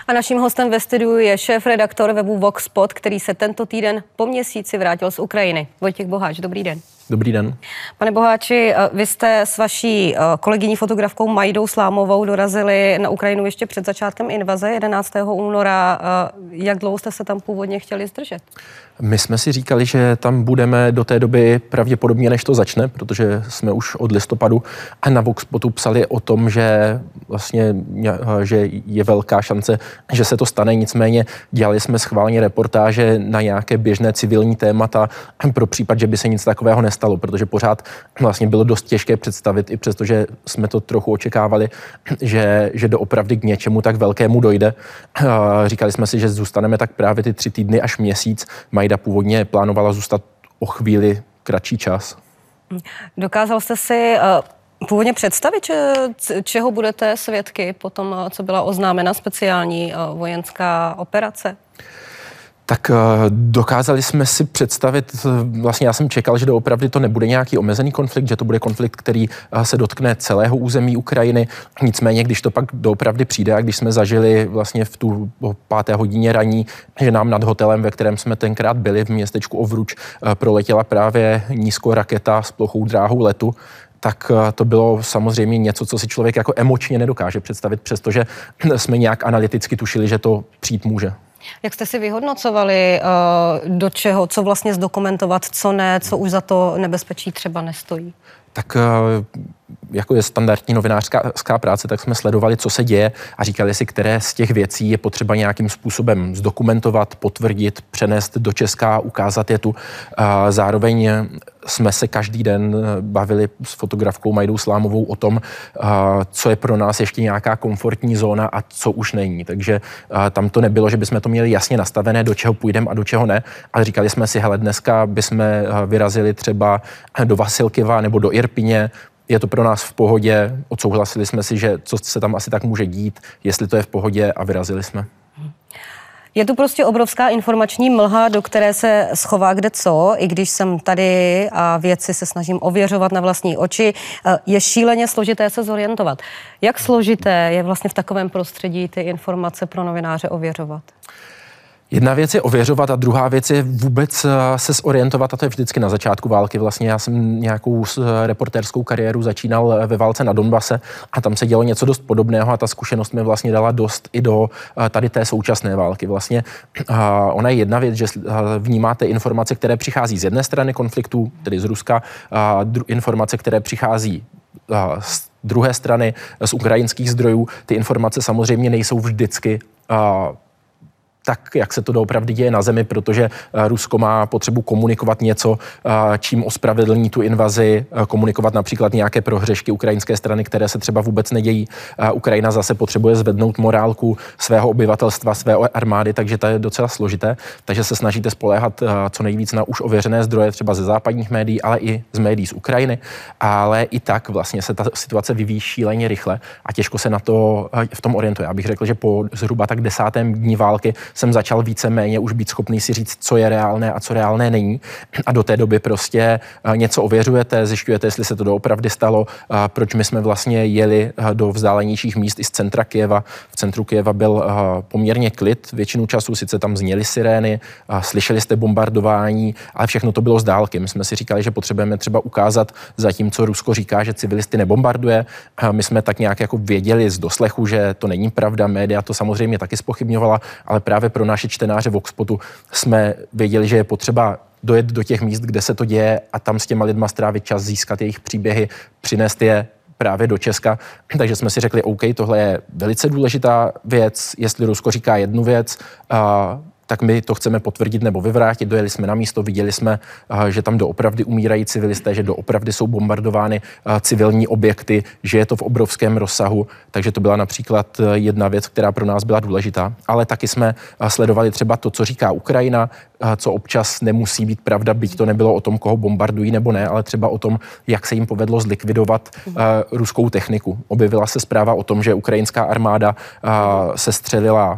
A naším hostem ve studiu je šéf-redaktor webu Voxpot, který se tento týden po měsíci vrátil z Ukrajiny. Vojtěch Boháč, dobrý den. Dobrý den. Pane Boháči, vy jste s vaší kolegyní fotografkou Majdou Slámovou dorazili na Ukrajinu ještě před začátkem invaze 11. února. Jak dlouho jste se tam původně chtěli zdržet? My jsme si říkali, že tam budeme do té doby pravděpodobně, než to začne, protože jsme už od listopadu a na Voxpotu psali o tom, že vlastně že je velká šance, že se to stane. Nicméně dělali jsme schválně reportáže na nějaké běžné civilní témata pro případ, že by se nic takového nestalo, protože pořád vlastně bylo dost těžké představit, i přestože jsme to trochu očekávali, že doopravdy k něčemu tak velkému dojde. Říkali jsme si, že zůstaneme tak právě ty 3 týdny až měsíc. Majda původně plánovala zůstat o chvíli kratší čas. Dokázal jste si původně představit, čeho budete svědky po tom, co byla oznámena speciální vojenská operace? Tak dokázali jsme si představit, vlastně já jsem čekal, že doopravdy to nebude nějaký omezený konflikt, že to bude konflikt, který se dotkne celého území Ukrajiny. Nicméně, když to pak doopravdy přijde a když jsme zažili vlastně v tu 5. hodině raní, že nám nad hotelem, ve kterém jsme tenkrát byli v městečku Ovruč, proletěla právě nízkoraketa s plochou dráhou letu, tak to bylo samozřejmě něco, co si člověk jako emočně nedokáže představit, přestože jsme nějak analyticky tušili, že to přijít může. Jak jste si vyhodnocovali, do čeho, co vlastně zdokumentovat, co ne, co už za to nebezpečí třeba nestojí? Tak jako je standardní novinářská práce, tak jsme sledovali, co se děje a říkali si, které z těch věcí je potřeba nějakým způsobem zdokumentovat, potvrdit, přenést do Česka, ukázat je tu. Zároveň jsme se každý den bavili s fotografkou Majdou Slámovou o tom, co je pro nás ještě nějaká komfortní zóna a co už není. Takže tam to nebylo, že bychom to měli jasně nastavené, do čeho půjdeme a do čeho ne, ale říkali jsme si, hele, dneska bychom vyrazili třeba do Vasilkiva nebo do Irpině. Je to pro nás v pohodě, odsouhlasili jsme si, že co se tam asi tak může dít, jestli to je v pohodě a vyrazili jsme. Je tu prostě obrovská informační mlha, do které se schová kdeco, i když jsem tady a věci se snažím ověřovat na vlastní oči, je šíleně složité se zorientovat. Jak složité je vlastně v takovém prostředí ty informace pro novináře ověřovat? Jedna věc je ověřovat a druhá věc je vůbec se zorientovat, a to je vždycky na začátku války. Vlastně já jsem nějakou reportérskou kariéru začínal ve válce na Donbase a tam se dělo něco dost podobného a ta zkušenost mi vlastně dala dost i do tady té současné války. Vlastně ona je jedna věc, že vnímáte informace, které přichází z jedné strany konfliktu, tedy z Ruska, informace, které přichází z druhé strany, z ukrajinských zdrojů. Ty informace samozřejmě nejsou vždycky tak, jak se to doopravdy děje na zemi, protože Rusko má potřebu komunikovat něco, čím ospravedlní tu invazi, komunikovat například nějaké prohřešky ukrajinské strany, které se třeba vůbec nedějí. Ukrajina zase potřebuje zvednout morálku svého obyvatelstva, své armády, takže to je docela složité. Takže se snažíte spoléhat co nejvíc na už ověřené zdroje, třeba ze západních médií, ale i z médií z Ukrajiny. Ale i tak vlastně se ta situace vyvíjí šíleně rychle a těžko se na to v tom orientuje. Já bych řekl, že po zhruba tak 10. dní války jsem začal víceméně už být schopný si říct, co je reálné a co reálné není. A do té doby prostě něco ověřujete, zjišťujete, jestli se to doopravdy stalo, proč my jsme vlastně jeli do vzdálenějších míst i z centra Kyjeva. V centru Kyjeva byl poměrně klid většinu času, sice tam zněly sirény, slyšeli jste bombardování, ale všechno to bylo z dálky. My jsme si říkali, že potřebujeme třeba ukázat, zatímco Rusko říká, že civilisty nebombarduje. My jsme tak nějak jako věděli z doslechu, že to není pravda, média to samozřejmě taky zpochybňovala, ale právě pro naše čtenáře Voxpotu jsme věděli, že je potřeba dojet do těch míst, kde se to děje a tam s těma lidma strávit čas, získat jejich příběhy, přinést je právě do Česka. Takže jsme si řekli, OK, tohle je velice důležitá věc, jestli Rusko říká jednu věc, tak my to chceme potvrdit nebo vyvrátit. Dojeli jsme na místo, viděli jsme, že tam doopravdy umírají civilisté, že doopravdy jsou bombardovány civilní objekty, že je to v obrovském rozsahu. Takže to byla například jedna věc, která pro nás byla důležitá. Ale taky jsme sledovali třeba to, co říká Ukrajina, co občas nemusí být pravda, byť to nebylo o tom, koho bombardují nebo ne, ale třeba o tom, jak se jim povedlo zlikvidovat ruskou techniku. Objevila se zpráva o tom, že ukrajinská armáda sestřelila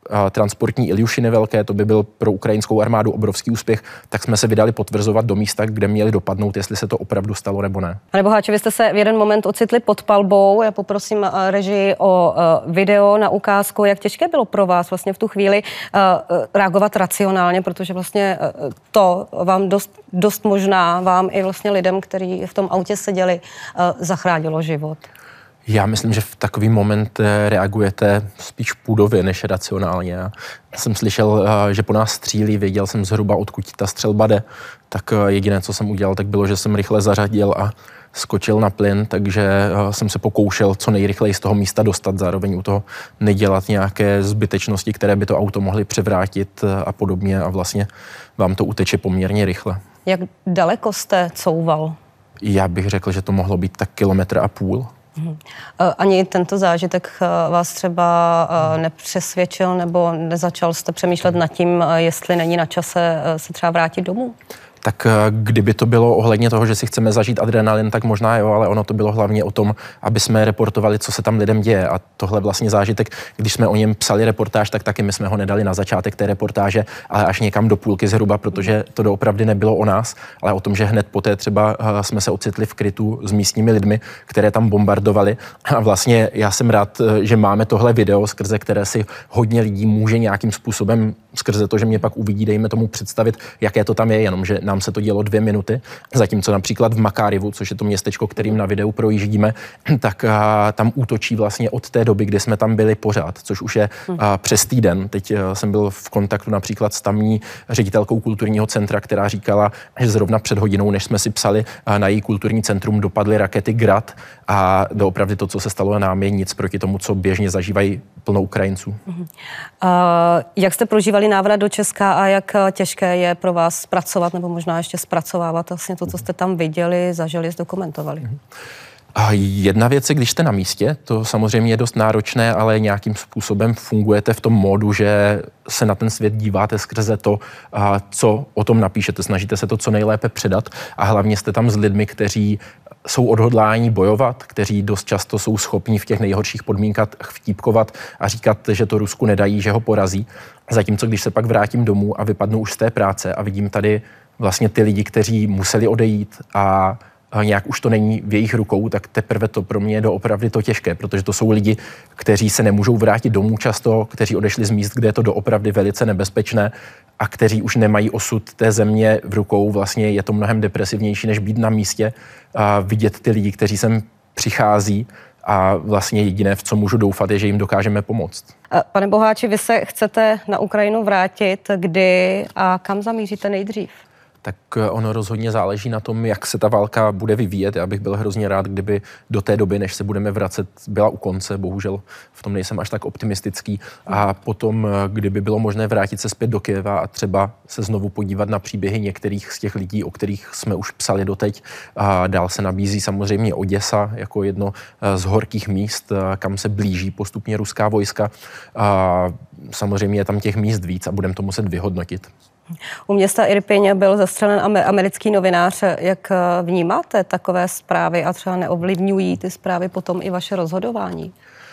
transportní Iljušiny velké, to by byl pro ukrajinskou armádu obrovský úspěch, tak jsme se vydali potvrzovat do místa, kde měli dopadnout, jestli se to opravdu stalo nebo ne. Pane Boháči, vy jste se v jeden moment ocitli pod palbou. Já poprosím režii o video na ukázku. Jak těžké bylo pro vás vlastně v tu chvíli reagovat racionálně, protože vlastně to vám dost možná, vám i vlastně lidem, kteří v tom autě seděli, zachránilo život. Já myslím, že v takový moment reagujete spíš půdově než racionálně. Já jsem slyšel, že po nás střílí, věděl jsem zhruba, odkud ta střelba jde, tak jediné, co jsem udělal, tak bylo, že jsem rychle zařadil a skočil na plyn, takže jsem se pokoušel co nejrychleji z toho místa dostat, zároveň u toho nedělat nějaké zbytečnosti, které by to auto mohly převrátit a podobně a vlastně vám to uteče poměrně rychle. Jak daleko jste couval? Já bych řekl, že to mohlo být tak 1,5 kilometru. Ani tento zážitek vás třeba nepřesvědčil nebo nezačal jste přemýšlet nad tím, jestli není na čase se třeba vrátit domů? Tak kdyby to bylo ohledně toho, že si chceme zažít adrenalin, tak možná jo, ale ono to bylo hlavně o tom, aby jsme reportovali, co se tam lidem děje. A tohle vlastně zážitek, když jsme o něm psali reportáž, tak taky my jsme ho nedali na začátek té reportáže, ale až někam do půlky zhruba, protože to doopravdy nebylo o nás, ale o tom, že hned poté třeba jsme se ocitli v krytu s místními lidmi, které tam bombardovali. A vlastně já jsem rád, že máme tohle video, skrze které si hodně lidí může nějakým způsobem, skrze to, že mě pak uvidí, dejme tomu představit, jaké to tam je, jenomže nám se to dělo 2 minuty, zatímco například v Makárivu, což je to městečko, kterým na videu projíždíme, tak tam útočí vlastně od té doby, kdy jsme tam byli pořád, což už je přes týden. Teď jsem byl v kontaktu například s tamní ředitelkou kulturního centra, která říkala, že zrovna před hodinou, než jsme si psali, na její kulturní centrum dopadly rakety Grad a doopravdy to, co se stalo nám, je nic proti tomu, co běžně zažívají plno Ukrajinců. Jak jste prožívali návrat do Česka a jak těžké je pro vás zpracovat nebo možná ještě zpracovávat vlastně to, co jste tam viděli, zažili, zdokumentovali? A jedna věc je, když jste na místě, to samozřejmě je dost náročné, ale nějakým způsobem fungujete v tom módu, že se na ten svět díváte skrze to, co o tom napíšete. Snažíte se to co nejlépe předat a hlavně jste tam s lidmi, kteří jsou odhodláni bojovat, kteří dost často jsou schopni v těch nejhorších podmínkách vtípkovat a říkat, že to Rusku nedají, že ho porazí. Zatímco když se pak vrátím domů a vypadnu už z té práce a vidím tady vlastně ty lidi, kteří museli odejít a nějak už to není v jejich rukou, tak teprve to pro mě je doopravdy to těžké, protože to jsou lidi, kteří se nemůžou vrátit domů často, kteří odešli z míst, kde je to doopravdy velice nebezpečné a kteří už nemají osud té země v rukou. Vlastně je to mnohem depresivnější, než být na místě a vidět ty lidi, kteří sem přichází a vlastně jediné, v co můžu doufat, je, že jim dokážeme pomoct. Pane Boháči, vy se chcete na Ukrajinu vrátit, kdy a kam zamíříte nejdřív? Tak ono rozhodně záleží na tom, jak se ta válka bude vyvíjet. Já bych byl hrozně rád, kdyby do té doby, než se budeme vracet, byla u konce. Bohužel v tom nejsem až tak optimistický. A potom, kdyby bylo možné vrátit se zpět do Kyjeva a třeba se znovu podívat na příběhy některých z těch lidí, o kterých jsme už psali doteď. A dál se nabízí samozřejmě Oděsa jako jedno z horkých míst, kam se blíží postupně ruská vojska. A samozřejmě je tam těch míst víc a budeme to muset vyhodnotit. U města Irpiň byl zastřelen americký novinář. Jak vnímáte takové zprávy a třeba neovlivňují ty zprávy potom i vaše rozhodování?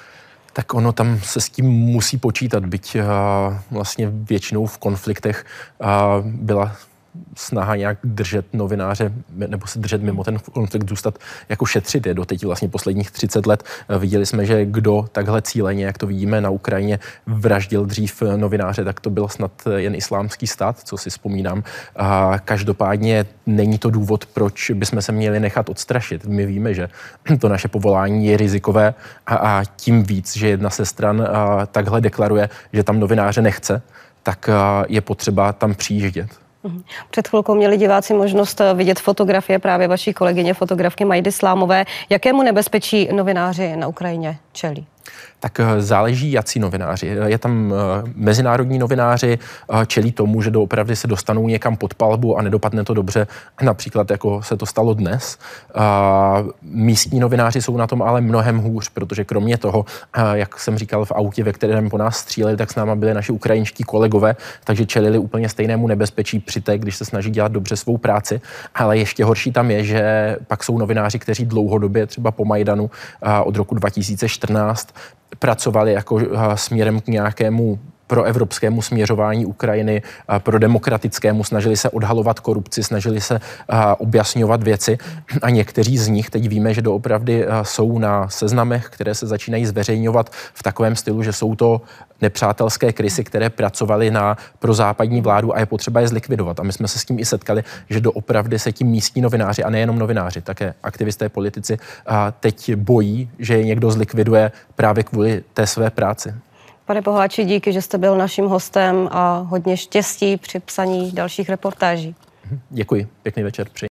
Tak ono tam se s tím musí počítat, byť vlastně většinou v konfliktech byla snaha nějak držet novináře nebo se držet mimo ten konflikt, zůstat jako šetřit je doteď vlastně posledních 30 let. Viděli jsme, že kdo takhle cíleně, jak to vidíme na Ukrajině, vraždil dřív novináře, tak to byl snad jen Islámský stát, co si vzpomínám. A každopádně není to důvod, proč bychom se měli nechat odstrašit. My víme, že to naše povolání je rizikové a tím víc, že jedna ze stran takhle deklaruje, že tam novináře nechce, tak je potřeba tam přijíždět. Před chvilkou měli diváci možnost vidět fotografie právě vaší kolegyně, fotografky Majdy Slámové. Jakému nebezpečí novináři na Ukrajině čelí? Tak záleží, jací novináři. Je tam mezinárodní novináři, čelí tomu, že doopravdy se dostanou někam pod palbu a nedopadne to dobře, například jako se to stalo dnes. Místní novináři jsou na tom ale mnohem hůř, protože kromě toho, jak jsem říkal, v autě, ve kterém po nás stříleli, tak s náma byli naši ukrajinští kolegové, takže čelili úplně stejnému nebezpečí při té, když se snaží dělat dobře svou práci. Ale ještě horší tam je, že pak jsou novináři, kteří dlouhodobě třeba po Majdanu od roku 2014 pracovali jako směrem k nějakému pro evropskému směřování Ukrajiny, pro demokratickému, snažili se odhalovat korupci, snažili se objasňovat věci a někteří z nich teď víme, že doopravdy jsou na seznamech, které se začínají zveřejňovat v takovém stylu, že jsou to nepřátelské krysy, které pracovaly na prozápadní vládu a je potřeba je zlikvidovat. A my jsme se s tím i setkali, že doopravdy se tím místní novináři, a nejenom novináři, také aktivisté, politici teď bojí, že je někdo zlikviduje právě kvůli té své práci. Pane Poháči, díky, že jste byl naším hostem a hodně štěstí při psaní dalších reportáží. Děkuji, pěkný večer.